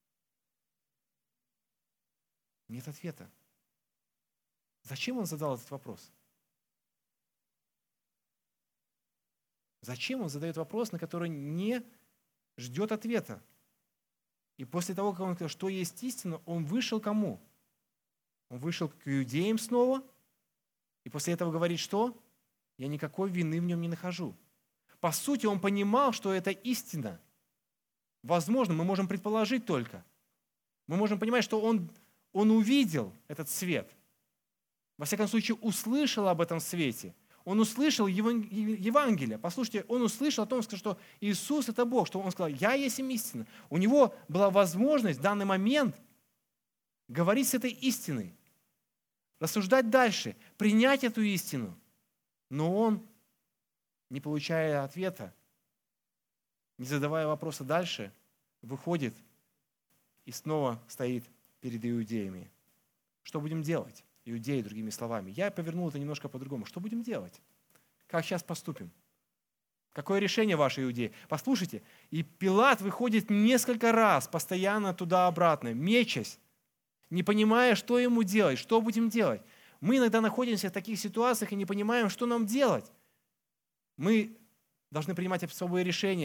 Нет ответа. Зачем он задал этот вопрос? Зачем он задает вопрос, на который не ждет ответа? И после того, как он сказал, что есть истина, он вышел к кому? Он вышел к иудеям снова, и после этого говорит, что? Я никакой вины в нем не нахожу. По сути, он понимал, что это истина. Возможно, мы можем предположить только. Мы можем понимать, что он, он увидел этот свет. Во всяком случае, услышал об этом свете. Он услышал Евангелие. Послушайте, он услышал о том, что Иисус – это Бог, что он сказал, я есть им истина. У него была возможность в данный момент говорить с этой истиной, рассуждать дальше, принять эту истину. Но он, не получая ответа, не задавая вопроса дальше, выходит и снова стоит перед иудеями. Что будем делать? Иудеи, другими словами. Я повернул это немножко по-другому. Что будем делать? Как сейчас поступим? Какое решение ваше, иудеи? Послушайте, и Пилат выходит несколько раз, постоянно туда-обратно, мечась, не понимая, что ему делать, что будем делать. Мы иногда находимся в таких ситуациях и не понимаем, что нам делать. Мы должны принимать особые решения.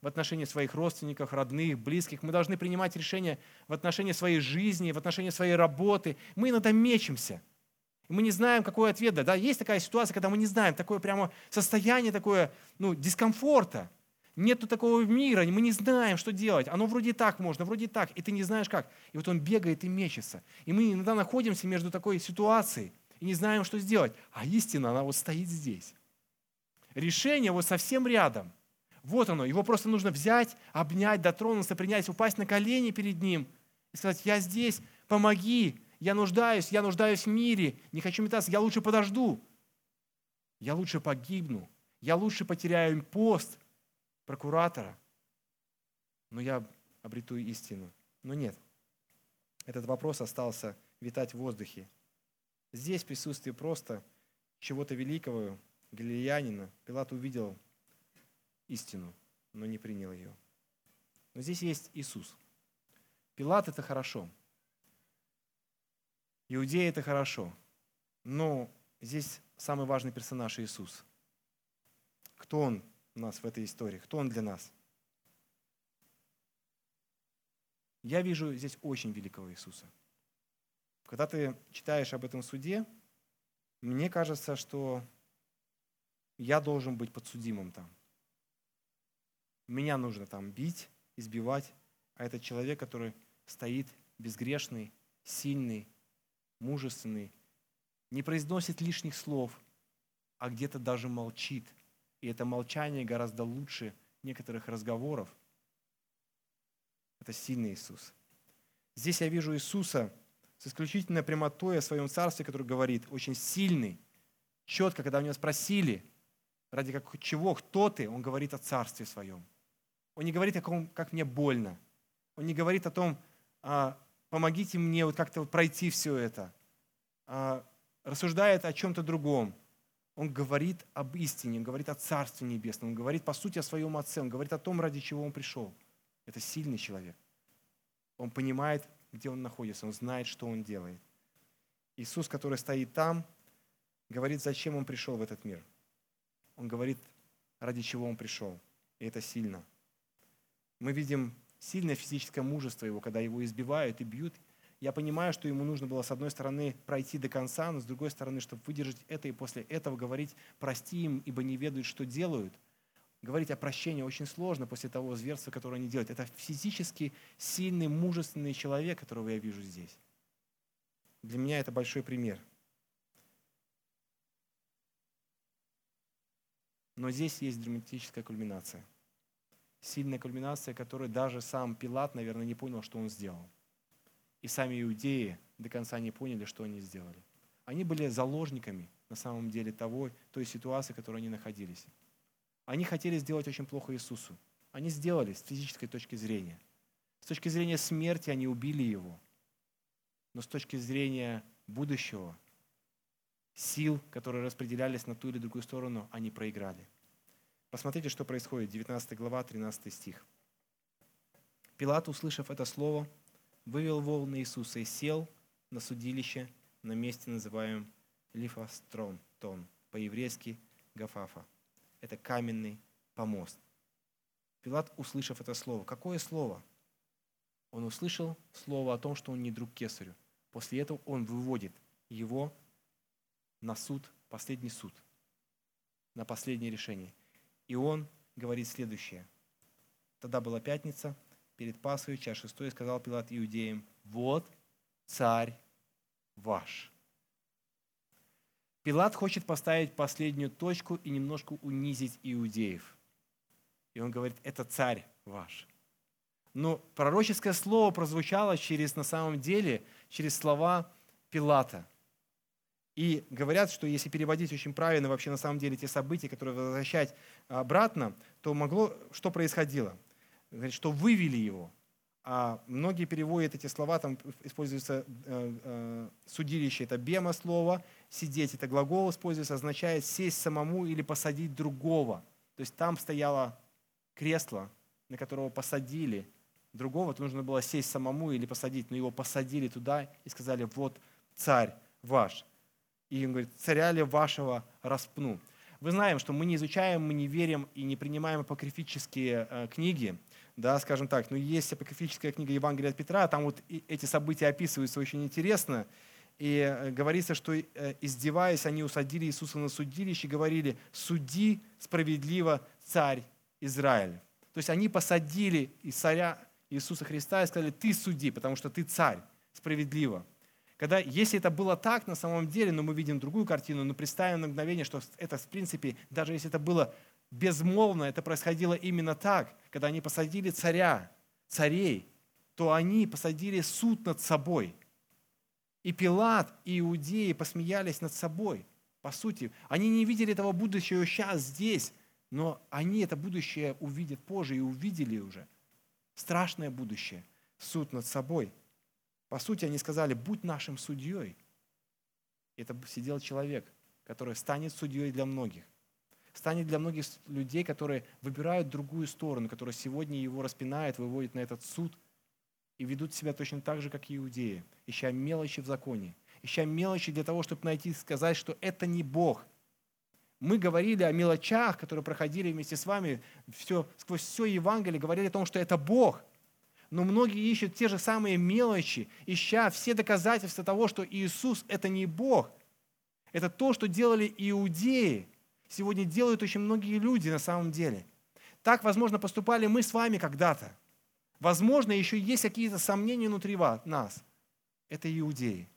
в отношении своих родственников, родных, близких. Мы должны принимать решения в отношении своей жизни, в отношении своей работы. Мы иногда мечемся. И мы не знаем, какой ответ дать. Да, есть такая ситуация, когда мы не знаем, такое прямо состояние такое, ну, дискомфорта. Нету такого мира, мы не знаем, что делать. Оно вроде и так можно, вроде и так, и ты не знаешь как. И вот он бегает и мечется. И мы иногда находимся между такой ситуацией и не знаем, что сделать. А истина, она вот стоит здесь. Решение вот совсем рядом. Вот оно. Его просто нужно взять, обнять, дотронуться, принять, упасть на колени перед ним и сказать: я здесь, помоги, я нуждаюсь, я нуждаюсь в мире, не хочу метаться, я лучше подожду. Я лучше погибну, я лучше потеряю пост прокуратора, но я обрету истину. Но нет, этот вопрос остался витать в воздухе. Здесь в присутствии просто чего-то великого, галилеянина, Пилат увидел истину, но не принял ее. Но здесь есть Иисус. Пилат – это хорошо. Иудеи – это хорошо. Но здесь самый важный персонаж – Иисус. Кто Он у нас в этой истории? Кто Он для нас? Я вижу здесь очень великого Иисуса. Когда ты читаешь об этом суде, мне кажется, что я должен быть подсудимым там. Меня нужно там бить, избивать, а этот человек, который стоит безгрешный, сильный, мужественный, не произносит лишних слов, а где-то даже молчит. И это молчание гораздо лучше некоторых разговоров. Это сильный Иисус. Здесь я вижу Иисуса с исключительной прямотой о своем царстве, который говорит, очень сильный, четко, когда у него спросили, ради как, чего, кто ты, он говорит о царстве своем. Он не говорит о том, как мне больно. Он не говорит о том, а, помогите мне вот как-то пройти все это. А, рассуждает о чем-то другом. Он говорит об истине, он говорит о Царстве Небесном, он говорит, по сути, о своем Отце, он говорит о том, ради чего он пришел. Это сильный человек. Он понимает, где он находится, он знает, что он делает. Иисус, который стоит там, говорит, зачем он пришел в этот мир. Он говорит, ради чего он пришел. И это сильно. Мы видим сильное физическое мужество его, когда его избивают и бьют. Я понимаю, что ему нужно было, с одной стороны, пройти до конца, но с другой стороны, чтобы выдержать это и после этого говорить «прости им, ибо не ведают, что делают». Говорить о прощении очень сложно после того зверства, которое они делают. Это физически сильный, мужественный человек, которого я вижу здесь. Для меня это большой пример. Но здесь есть драматическая кульминация. Сильная кульминация, которую даже сам Пилат, наверное, не понял, что он сделал. И сами иудеи до конца не поняли, что они сделали. Они были заложниками, на самом деле, того, той ситуации, в которой они находились. Они хотели сделать очень плохо Иисусу. Они сделали с физической точки зрения. С точки зрения смерти они убили его. Но с точки зрения будущего, сил, которые распределялись на ту или другую сторону, они проиграли. Посмотрите, что происходит. девятнадцатая глава, тринадцатый стих. Пилат, услышав это слово, вывел вол на Иисуса и сел на судилище на месте, называемом Лифастрон, по-еврейски Гафафа. Это каменный помост. Пилат, услышав это слово, какое слово? Он услышал слово о том, что он не друг кесарю. После этого он выводит его на суд, последний суд, на последнее решение. И он говорит следующее. Тогда была пятница, перед Пасхой, час шестой, сказал Пилат иудеям: «Вот царь ваш». Пилат хочет поставить последнюю точку и немножко унизить иудеев. И он говорит: это царь ваш. Но пророческое слово прозвучало через, на самом деле, через слова Пилата. И говорят, что если переводить очень правильно вообще на самом деле те события, которые возвращать обратно, то могло, что происходило? Говорит, что вывели его. А многие переводят эти слова, там используется э, э, судилище, это бема слово, сидеть, это глагол используется, означает сесть самому или посадить другого. То есть там стояло кресло, на которого посадили другого, то нужно было сесть самому или посадить, но его посадили туда и сказали: вот царь ваш. И он говорит: царя ли вашего распну. вы знаем, что мы не изучаем, мы не верим и не принимаем апокрифические э, книги, да, скажем так. Но есть апокрифическая книга Евангелия от Петра, там вот эти события описываются очень интересно. И э, говорится, что э, издеваясь, они усадили Иисуса на судилище и говорили: «Суди справедливо, царь Израиля». То есть они посадили царя Иисуса Христа и сказали: «Ты суди, потому что ты царь, справедливо». Когда, если это было так на самом деле, но мы видим другую картину, но представим на мгновение, что это, в принципе, даже если это было безмолвно, это происходило именно так, когда они посадили царя, царей, то они посадили суд над собой. И Пилат, и иудеи посмеялись над собой. По сути, они не видели этого будущего сейчас, здесь, но они это будущее увидят позже и увидели уже. Страшное будущее, суд над собой. По сути, они сказали: «Будь нашим судьей». Это сидел человек, который станет судьей для многих. Станет для многих людей, которые выбирают другую сторону, которые сегодня его распинают, выводят на этот суд и ведут себя точно так же, как и иудеи, ища мелочи в законе, ища мелочи для того, чтобы найти и сказать, что это не Бог. Мы говорили о мелочах, которые проходили вместе с вами, все, сквозь все Евангелие говорили о том, что это Бог. Но многие ищут те же самые мелочи, ища все доказательства того, что Иисус – это не Бог. Это то, что делали иудеи. Сегодня делают очень многие люди на самом деле. Так, возможно, поступали мы с вами когда-то. Возможно, еще есть какие-то сомнения внутри нас. Это иудеи.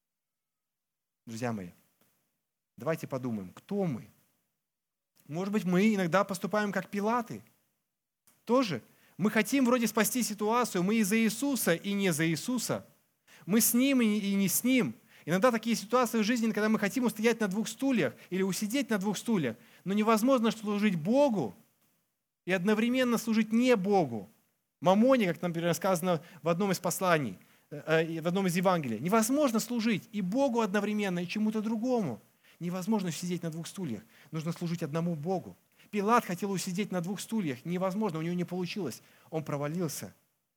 Друзья мои, давайте подумаем, кто мы? Может быть, мы иногда поступаем как Пилаты? Тоже? Мы хотим вроде спасти ситуацию, мы и за Иисуса, и не за Иисуса. Мы с Ним и не с Ним. Иногда такие ситуации в жизни, когда мы хотим устоять на двух стульях или усидеть на двух стульях, но невозможно служить Богу и одновременно служить не Богу. Мамоне, как, например, сказано в одном из посланий, в одном из Евангелий. Невозможно служить и Богу одновременно, и чему-то другому. Невозможно сидеть на двух стульях. Нужно служить одному Богу. Пилат хотел усидеть на двух стульях. Невозможно, у него не получилось. Он провалился.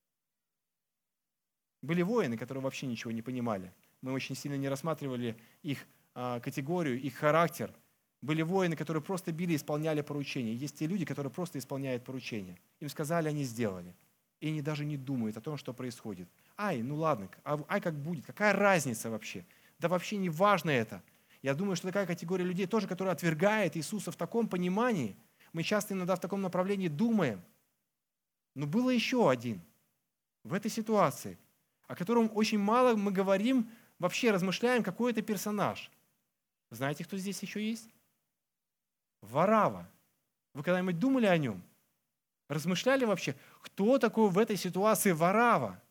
Были воины, которые вообще ничего не понимали. Мы очень сильно не рассматривали их а, категорию, их характер. Были воины, которые просто били и исполняли поручения. Есть те люди, которые просто исполняют поручения. Им сказали, они сделали. И они даже не думают о том, что происходит. Ай, ну ладно, ай, как будет, какая разница вообще? Да вообще не важно это. Я думаю, что такая категория людей тоже, которая отвергает Иисуса в таком понимании. Мы часто иногда в таком направлении думаем. Но было еще один в этой ситуации, о котором очень мало мы говорим, вообще размышляем, какой это персонаж. Знаете, кто здесь еще есть? Варава. Вы когда-нибудь думали о нем? Размышляли вообще, кто такой в этой ситуации Варава?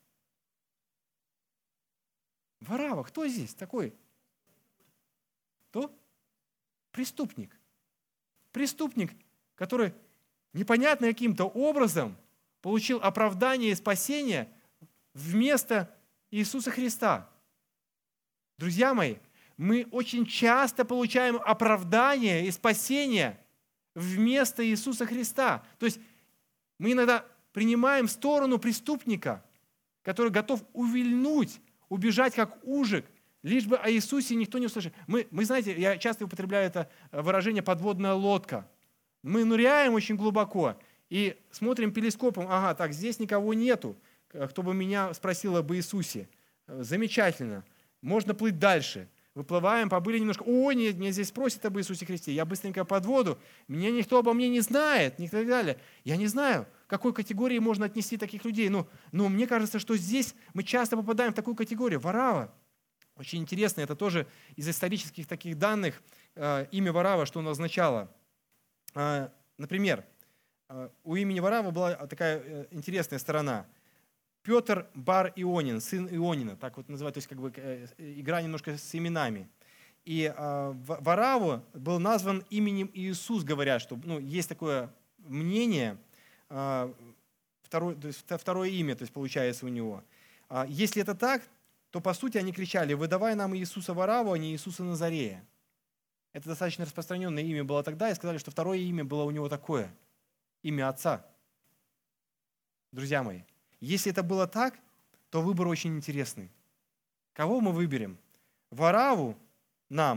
Варава, кто здесь такой? Кто? Преступник. Преступник, который непонятно каким-то образом получил оправдание и спасение вместо Иисуса Христа. Друзья мои, мы очень часто получаем оправдание и спасение вместо Иисуса Христа. То есть мы иногда принимаем сторону преступника, который готов увильнуть, убежать как ужик, лишь бы о Иисусе никто не услышал. Мы, мы, знаете, я часто употребляю это выражение «подводная лодка». Мы ныряем очень глубоко и смотрим телескопом, ага, так, здесь никого нету, кто бы меня спросил об Иисусе. Замечательно, можно плыть дальше. Выплываем, побыли немножко, о, нет, меня здесь спросят об Иисусе Христе, я быстренько под воду, меня никто обо мне не знает, и так далее. Я не знаю, к какой категории можно отнести таких людей, но, но мне кажется, что здесь мы часто попадаем в такую категорию. Варава. Очень интересно, это тоже из исторических таких данных, э, имя Варава, что оно означало. Э, например, э, у имени Варава была такая э, интересная сторона. Петр бар Ионин, сын Ионина, так вот называют, то есть как бы э, игра немножко с именами. И э, Вараву был назван именем Иисус, говорят, что ну, есть такое мнение, э, второе, то есть второе имя, то есть получается у него. Э, если это так, то по сути они кричали: «Выдавай нам Иисуса Вараву, а не Иисуса Назарея». Это достаточно распространенное имя было тогда, и сказали, что второе имя было у него такое, имя отца. Друзья мои, если это было так, то выбор очень интересный. Кого мы выберем? Вараву нам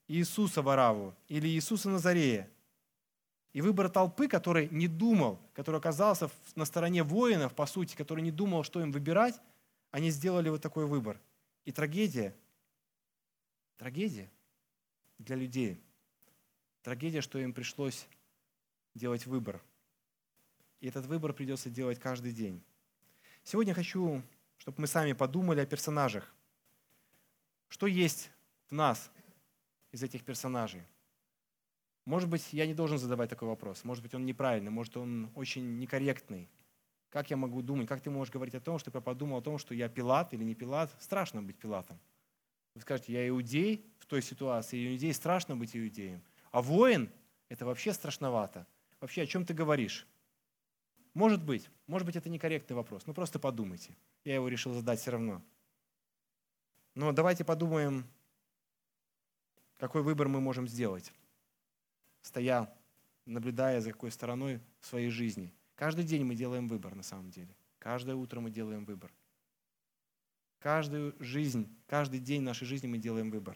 Иисуса Вараву или Иисуса Назарея. И выбор толпы, который не думал, который оказался на стороне воинов, по сути, который не думал, что им выбирать, они сделали вот такой выбор. И трагедия, трагедия для людей, трагедия, что им пришлось делать выбор. И этот выбор придется делать каждый день. Сегодня я хочу, чтобы мы сами подумали о персонажах. Что есть в нас из этих персонажей? Может быть, я не должен задавать такой вопрос. Может быть, он неправильный, может, он очень некорректный. Как я могу думать, как ты можешь говорить о том, чтобы я подумал о том, что я Пилат или не Пилат? Страшно быть Пилатом. Вы скажете, я иудей в той ситуации, иудей страшно быть иудеем. А воин – это вообще страшновато. Вообще, о чем ты говоришь? Может быть, может быть, это некорректный вопрос, но просто подумайте. Я его решил задать все равно. Но давайте подумаем, какой выбор мы можем сделать, стоя, наблюдая за какой стороной в своей жизни. Каждый день мы делаем выбор на самом деле. Каждое утро мы делаем выбор. Каждую жизнь, каждый день нашей жизни мы делаем выбор.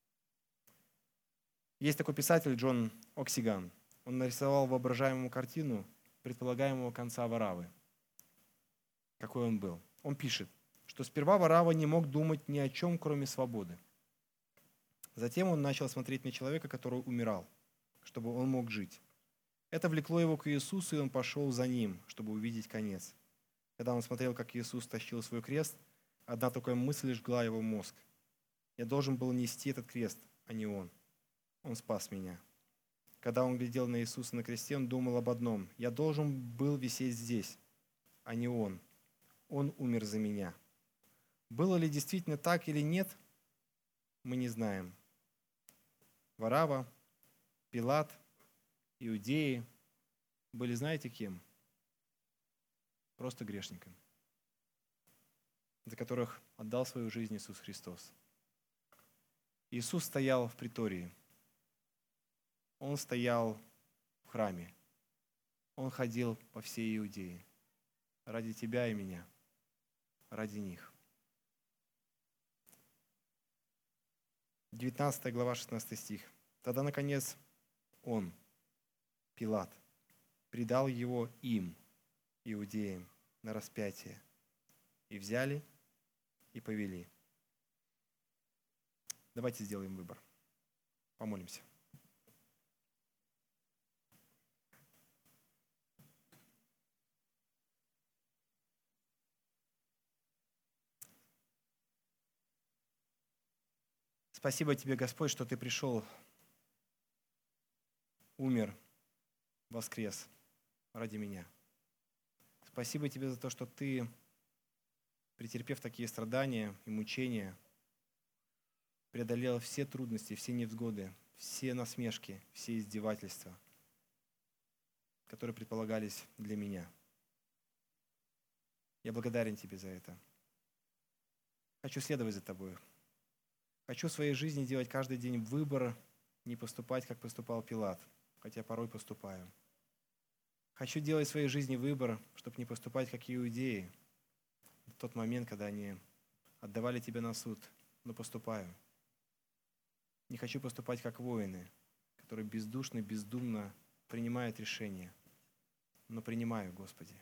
Есть такой писатель Джон Оксиган. Он нарисовал воображаемую картину предполагаемого конца Варавы. Какой он был. Он пишет, что сперва Варава не мог думать ни о чем, кроме свободы. Затем он начал смотреть на человека, который умирал, чтобы он мог жить. Это влекло его к Иисусу, и он пошел за ним, чтобы увидеть конец. Когда он смотрел, как Иисус тащил свой крест, одна только мысль жгла его мозг. Я должен был нести этот крест, а не он. Он спас меня. Когда он глядел на Иисуса на кресте, он думал об одном. Я должен был висеть здесь, а не он. Он умер за меня. Было ли действительно так или нет, мы не знаем. Варава, Пилат, иудеи были, знаете, кем? Просто грешниками, за которых отдал свою жизнь Иисус Христос. Иисус стоял в притории. Он стоял в храме. Он ходил по всей Иудее. Ради тебя и меня. Ради них. девятнадцатая глава, шестнадцатый стих. Тогда, наконец, он, Пилат, предал его им, иудеям, на распятие. И взяли, и повели. Давайте сделаем выбор. Помолимся. Спасибо тебе, Господь, что ты пришел, умер, воскрес ради меня. Спасибо тебе за то, что ты, претерпев такие страдания и мучения, преодолел все трудности, все невзгоды, все насмешки, все издевательства, которые предполагались для меня. Я благодарен тебе за это. Хочу следовать за тобой. Хочу в своей жизни делать каждый день выбор, не поступать, как поступал Пилат, хотя порой поступаю. Хочу делать в своей жизни выбор, чтобы не поступать, как иудеи, в тот момент, когда они отдавали тебя на суд, но поступаю. Не хочу поступать, как воины, которые бездушно, бездумно принимают решения, но принимаю, Господи.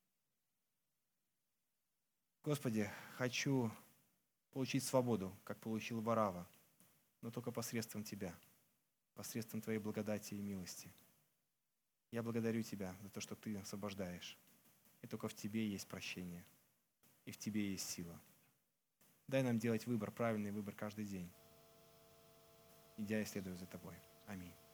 Господи, хочу получить свободу, как получил Варава, но только посредством Тебя, посредством Твоей благодати и милости. Я благодарю Тебя за то, что Ты освобождаешь. И только в Тебе есть прощение, и в Тебе есть сила. Дай нам делать выбор, правильный выбор каждый день, идя и следуя за Тобой. Аминь.